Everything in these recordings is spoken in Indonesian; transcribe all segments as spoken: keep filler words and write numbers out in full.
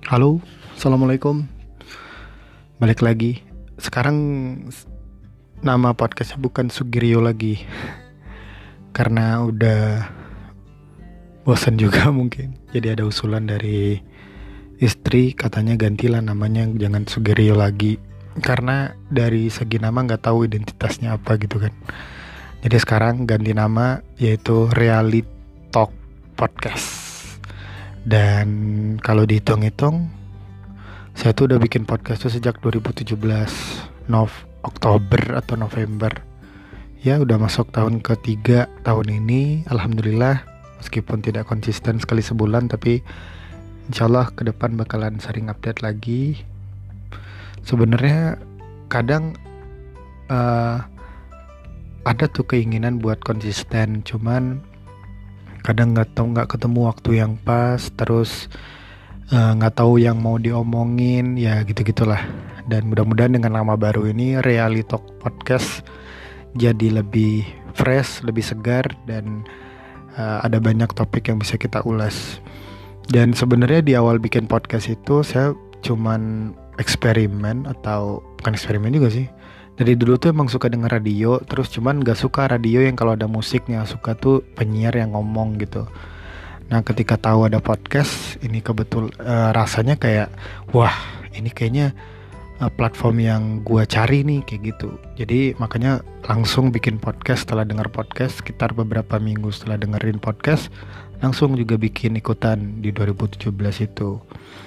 Halo, assalamualaikum. Balik lagi. Sekarang s- nama podcastnya bukan Sugirio lagi, karena udah bosan juga mungkin. Jadi ada usulan dari istri, katanya gantilah namanya, jangan Sugirio lagi. Karena dari segi nama nggak tahu identitasnya apa gitu kan. Jadi sekarang ganti nama yaitu Reality Talk Podcast. Dan kalau dihitung-hitung, saya tuh udah bikin podcast tuh sejak dua ribu tujuh belas, Nov Oktober atau November. Ya udah masuk tahun ketiga tahun ini. Alhamdulillah, meskipun tidak konsisten sekali sebulan, tapi insyaallah ke depan bakalan sering update lagi. Sebenarnya kadang uh, ada tuh keinginan buat konsisten, cuman kadang nggak tahu nggak ketemu waktu yang pas, terus eh, nggak uh, tahu yang mau diomongin, ya gitu gitulah. Dan mudah-mudahan dengan nama baru ini Reality Talk Podcast jadi lebih fresh, lebih segar, dan uh, ada banyak topik yang bisa kita ulas. Dan sebenarnya di awal bikin podcast itu saya cuman eksperimen, atau bukan eksperimen juga sih. Dari dulu tuh emang suka denger radio, terus cuman gak suka radio yang kalau ada musiknya, suka tuh penyiar yang ngomong gitu. Nah ketika tahu ada podcast ini, kebetul uh, rasanya kayak wah, ini kayaknya uh, platform yang gua cari nih, kayak gitu. Jadi makanya langsung bikin podcast. Setelah dengar podcast sekitar beberapa minggu setelah dengerin podcast, langsung juga bikin ikutan di dua ribu tujuh belas itu.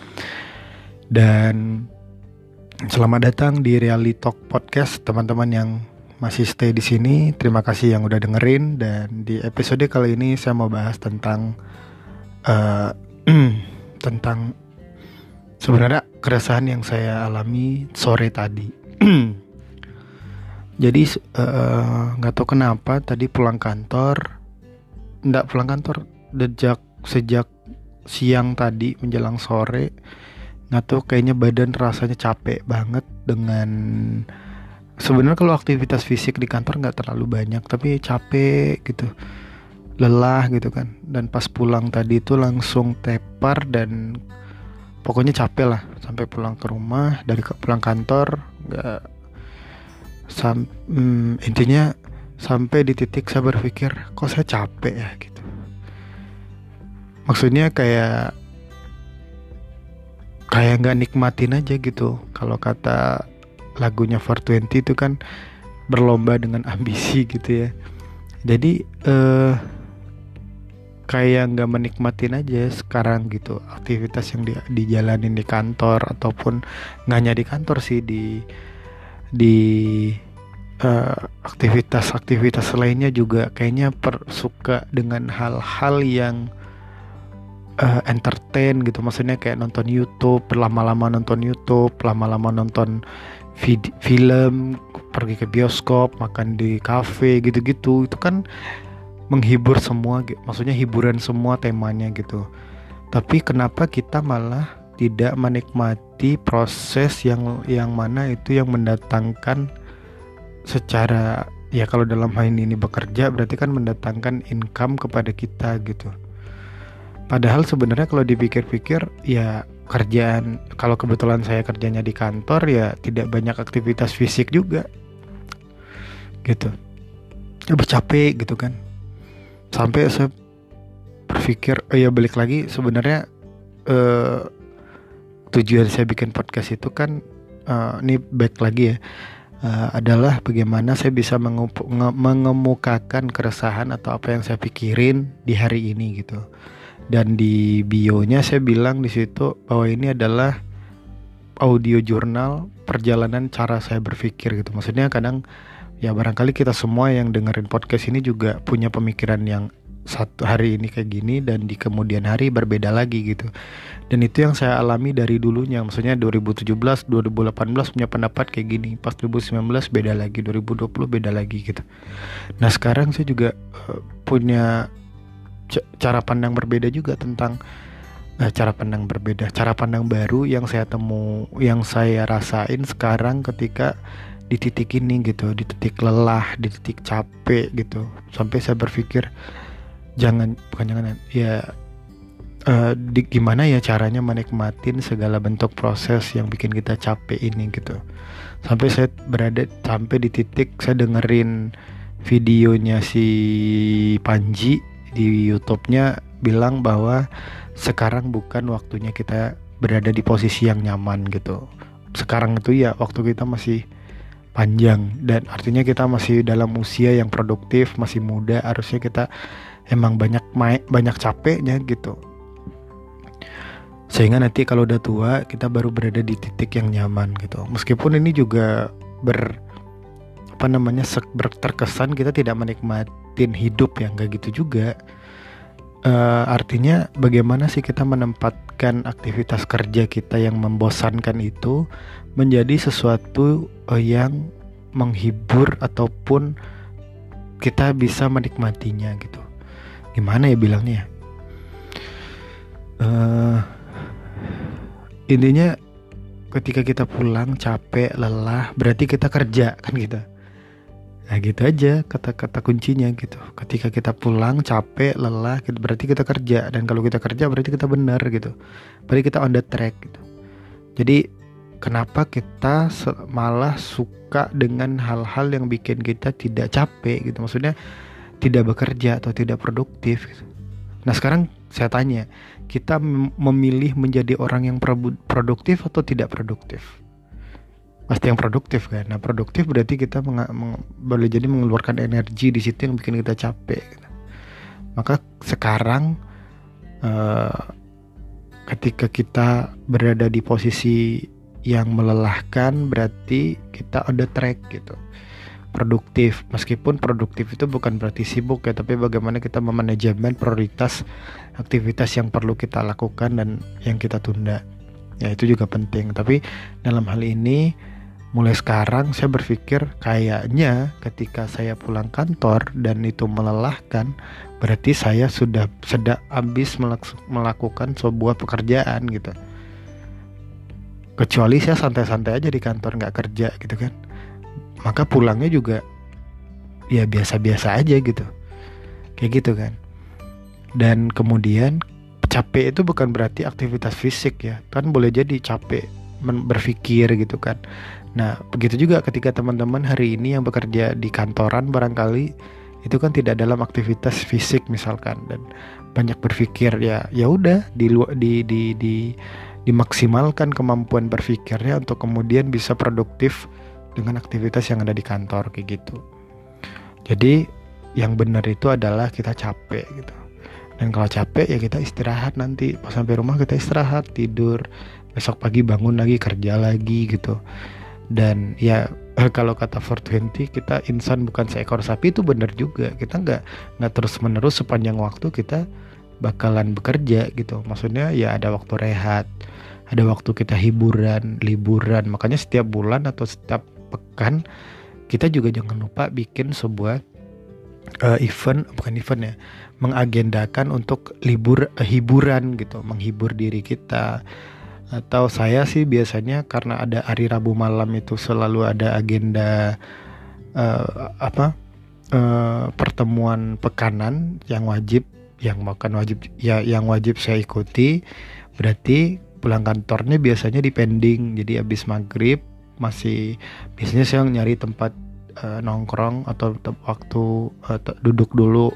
Dan selamat datang di Reality Talk Podcast, teman-teman yang masih stay di sini. Terima kasih yang udah dengerin. Dan di episode kali ini saya mau bahas tentang uh, tentang sebenarnya keresahan yang saya alami sore tadi. Jadi nggak uh, tahu kenapa tadi pulang kantor, nggak pulang kantor, sejak sejak siang tadi menjelang sore, nggak tahu kayaknya badan rasanya capek banget. Dengan sebenarnya kalau aktivitas fisik di kantor nggak terlalu banyak, tapi capek gitu, lelah gitu kan. Dan pas pulang tadi itu langsung tepar, dan pokoknya capek lah sampai pulang ke rumah. Dari ke, pulang kantor nggak sam, hmm, intinya sampai di titik saya berpikir kok saya capek ya gitu. Maksudnya kayak kayak nggak nikmatin aja gitu. Kalau kata lagunya four twenty itu kan berlomba dengan ambisi gitu ya. Jadi eh, kayak nggak menikmatin aja sekarang gitu aktivitas yang di, dijalanin di kantor, ataupun nggak hanya di kantor sih, di di eh, aktivitas-aktivitas lainnya juga kayaknya per, suka dengan hal-hal yang uh, entertain gitu. Maksudnya kayak nonton YouTube, lama-lama nonton YouTube, lama-lama nonton vid- film, pergi ke bioskop, makan di kafe gitu-gitu. Itu kan menghibur semua, maksudnya hiburan semua temanya gitu. Tapi kenapa kita malah tidak menikmati proses yang yang mana itu yang mendatangkan secara, ya kalau dalam hal ini bekerja berarti kan mendatangkan income kepada kita gitu. Padahal sebenarnya kalau dipikir-pikir ya kerjaan, kalau kebetulan saya kerjanya di kantor, ya tidak banyak aktivitas fisik juga gitu. Ya bercapek gitu kan. Sampai saya berpikir, oh ya balik lagi sebenarnya eh, tujuan saya bikin podcast itu kan eh, ini back lagi ya, eh, adalah bagaimana saya bisa mengup- nge- mengemukakan keresahan atau apa yang saya pikirin di hari ini gitu. Dan di bio-nya saya bilang di situ bahwa ini adalah audio jurnal perjalanan cara saya berpikir gitu. Maksudnya kadang ya barangkali kita semua yang dengerin podcast ini juga punya pemikiran yang satu hari ini kayak gini, dan di kemudian hari berbeda lagi gitu. Dan itu yang saya alami dari dulunya. Maksudnya dua ribu tujuh belas, dua ribu delapan belas punya pendapat kayak gini, pas dua ribu sembilan belas beda lagi, dua ribu dua puluh beda lagi gitu. Nah sekarang saya juga uh, punya cara pandang berbeda juga tentang eh, cara pandang berbeda, cara pandang baru yang saya temu, yang saya rasain sekarang ketika di titik ini gitu, di titik lelah, di titik capek gitu. Sampai saya berpikir jangan, bukan jangan ya, uh, di, gimana ya caranya menikmatin segala bentuk proses yang bikin kita capek ini gitu. Sampai saya berada sampai di titik saya dengerin videonya si Panji di YouTube-nya bilang bahwa sekarang bukan waktunya kita berada di posisi yang nyaman gitu. Sekarang itu ya waktu kita masih panjang, dan artinya kita masih dalam usia yang produktif, masih muda, harusnya kita emang banyak main, banyak capeknya gitu. Sehingga nanti kalau udah tua kita baru berada di titik yang nyaman gitu. Meskipun ini juga ber apa namanya ber, terkesan kita tidak menikmatin hidup ya, nggak gitu juga. Uh, artinya bagaimana sih kita menempatkan aktivitas kerja kita yang membosankan itu menjadi sesuatu uh, yang menghibur ataupun kita bisa menikmatinya gitu. Gimana ya bilangnya? Uh, intinya ketika kita pulang capek, lelah, berarti kita kerja kan gitu. Nah gitu aja kata-kata kuncinya gitu. Ketika kita pulang capek, lelah, berarti kita kerja. Dan kalau kita kerja berarti kita benar gitu. Berarti kita on the track gitu. Jadi kenapa kita malah suka dengan hal-hal yang bikin kita tidak capek gitu. Maksudnya tidak bekerja atau tidak produktif gitu. Nah sekarang saya tanya, kita memilih menjadi orang yang produktif atau tidak produktif? Pasti yang produktif kan. Nah produktif berarti kita meng- meng- boleh jadi mengeluarkan energi di situ yang bikin kita capek gitu. Maka sekarang uh, ketika kita berada di posisi yang melelahkan, berarti kita on the track gitu, produktif. Meskipun produktif itu bukan berarti sibuk ya, tapi bagaimana kita memanajemen prioritas aktivitas yang perlu kita lakukan dan yang kita tunda. Ya itu juga penting. Tapi dalam hal ini mulai sekarang saya berpikir kayaknya ketika saya pulang kantor dan itu melelahkan, berarti saya sudah sedang habis melakukan sebuah pekerjaan gitu. Kecuali saya santai-santai aja di kantor nggak kerja gitu kan, maka pulangnya juga ya biasa-biasa aja gitu, kayak gitu kan. Dan kemudian capek itu bukan berarti aktivitas fisik ya, kan boleh jadi capek berpikir gitu kan. Nah begitu juga ketika teman-teman hari ini yang bekerja di kantoran barangkali itu kan tidak dalam aktivitas fisik misalkan, dan banyak berpikir, ya ya udah di di di di dimaksimalkan kemampuan berpikirnya untuk kemudian bisa produktif dengan aktivitas yang ada di kantor kayak gitu. Jadi yang benar itu adalah kita capek gitu. Dan kalau capek ya kita istirahat, nanti pas sampai rumah kita istirahat, tidur, besok pagi bangun lagi kerja lagi gitu. Dan ya kalau kata four twenty, kita insan bukan seekor sapi, itu benar juga. Kita nggak nggak terus menerus sepanjang waktu kita bakalan bekerja gitu. Maksudnya ya ada waktu rehat, ada waktu kita hiburan, liburan. Makanya setiap bulan atau setiap pekan kita juga jangan lupa bikin sebuah uh, event, bukan event ya, mengagendakan untuk libur, uh, hiburan gitu, menghibur diri kita. Atau saya sih biasanya karena ada hari Rabu malam itu selalu ada agenda uh, apa uh, pertemuan pekanan yang wajib, yang makan wajib ya, yang wajib saya ikuti. Berarti pulang kantornya biasanya dipending, jadi habis maghrib masih biasanya saya nyari tempat uh, nongkrong atau te- waktu uh, te- duduk dulu,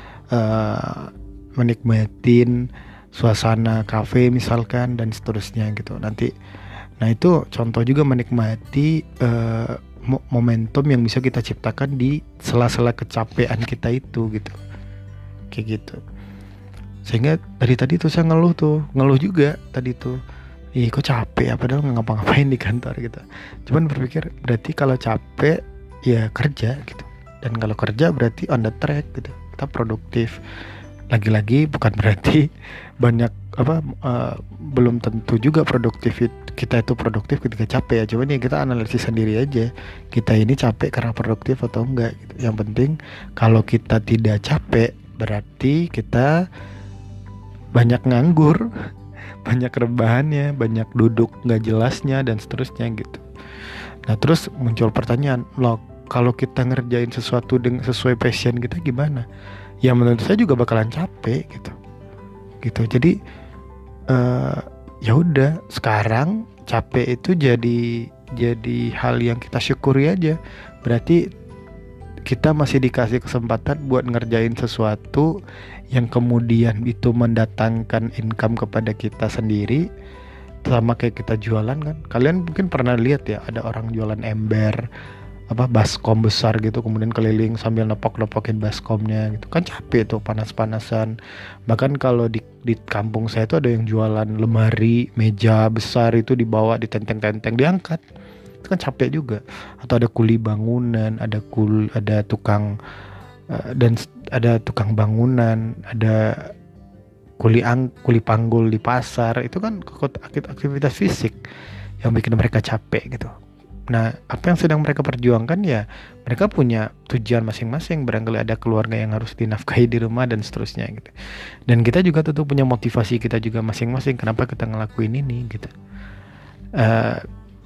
uh, menikmatin suasana kafe misalkan dan seterusnya gitu nanti. Nah itu contoh juga menikmati uh, mo- momentum yang bisa kita ciptakan di sela-sela kecapean kita itu gitu, kayak gitu. Sehingga dari tadi tuh saya ngeluh tuh ngeluh juga tadi tuh, ih kok capek ya, padahal nggak ngapa-ngapain di kantor gitu. Cuman berpikir berarti kalau capek ya kerja gitu, dan kalau kerja berarti on the track gitu, kita produktif. Lagi-lagi bukan berarti banyak apa uh, belum tentu juga produktif kita itu produktif ketika capek ya. Cuman ya kita analisis sendiri aja, kita ini capek karena produktif atau enggak gitu. Yang penting kalau kita tidak capek berarti kita banyak nganggur, banyak rebahannya, banyak duduk nggak jelasnya dan seterusnya gitu. Nah terus muncul pertanyaan, loh kalau kita ngerjain sesuatu dengan sesuai passion kita gimana? Ya menurut saya juga bakalan capek gitu. gitu. Jadi uh, ya udah, sekarang capek itu jadi jadi hal yang kita syukuri aja. Berarti kita masih dikasih kesempatan buat ngerjain sesuatu yang kemudian itu mendatangkan income kepada kita sendiri. Sama kayak kita jualan kan, kalian mungkin pernah lihat ya, ada orang jualan ember, apa, baskom besar gitu, kemudian keliling sambil nepok-nepokin baskomnya gitu kan, capek tuh, panas-panasan. Bahkan kalau di di kampung saya tuh ada yang jualan lemari, meja besar itu dibawa, ditenteng-tenteng, diangkat, itu kan capek juga. Atau ada kuli bangunan, ada kul ada tukang uh, dan ada tukang bangunan, ada kuli ang kuli panggul di pasar, itu kan aktivitas fisik yang bikin mereka capek gitu. Nah, apa yang sedang mereka perjuangkan ya, mereka punya tujuan masing-masing, barangkali ada keluarga yang harus dinafkahi di rumah dan seterusnya gitu. Dan kita juga tentu punya motivasi kita juga masing-masing, kenapa kita ngelakuin ini gitu. Uh,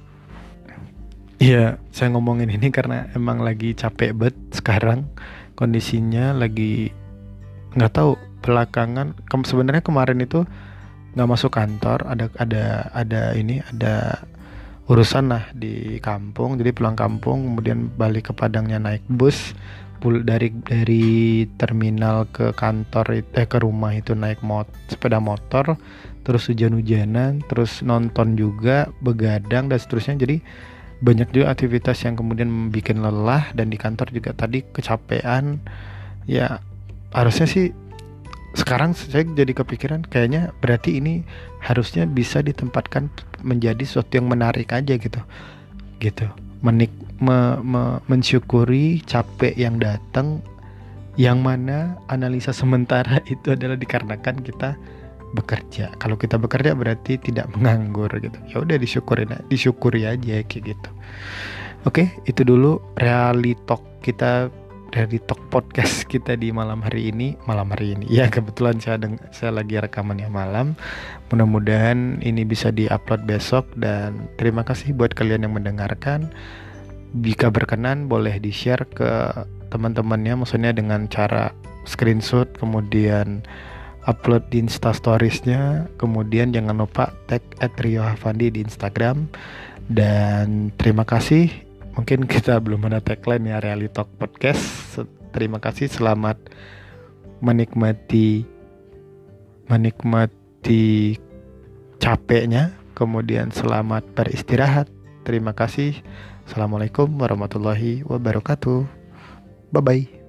ya, saya ngomongin ini karena emang lagi capek banget sekarang, kondisinya lagi nggak tahu. Belakangan ke- sebenarnya kemarin itu nggak masuk kantor, ada ada ada ini ada urusan lah di kampung, jadi pulang kampung kemudian balik ke Padangnya naik bus, pul dari dari terminal ke kantor eh ke rumah itu naik mot sepeda motor, terus hujan-hujanan, terus nonton juga, begadang dan seterusnya. Jadi banyak juga aktivitas yang kemudian bikin lelah, dan di kantor juga tadi kecapean. Ya harusnya sih sekarang saya jadi kepikiran, kayaknya berarti ini harusnya bisa ditempatkan menjadi sesuatu yang menarik aja gitu gitu menik me, me, mensyukuri capek yang datang, yang mana analisa sementara itu adalah dikarenakan kita bekerja. Kalau kita bekerja berarti tidak menganggur gitu, ya udah disyukurin disyukuri aja kayak gitu. Oke, itu dulu Realitalk kita, dari Talk Podcast kita di malam hari ini. Malam hari ini ya, kebetulan saya deng- saya lagi rekamannya malam. Mudah-mudahan ini bisa diupload besok, dan terima kasih buat kalian yang mendengarkan. Jika berkenan boleh di-share ke teman-temannya, maksudnya dengan cara screenshot kemudian upload di Insta Stories-nya, kemudian jangan lupa tag at rio hafandi di Instagram. Dan terima kasih. Mungkin kita belum ada tagline ya, Realitalk Podcast. Terima kasih, selamat menikmati menikmati capeknya, kemudian selamat beristirahat. Terima kasih. Assalamualaikum warahmatullahi wabarakatuh. Bye bye.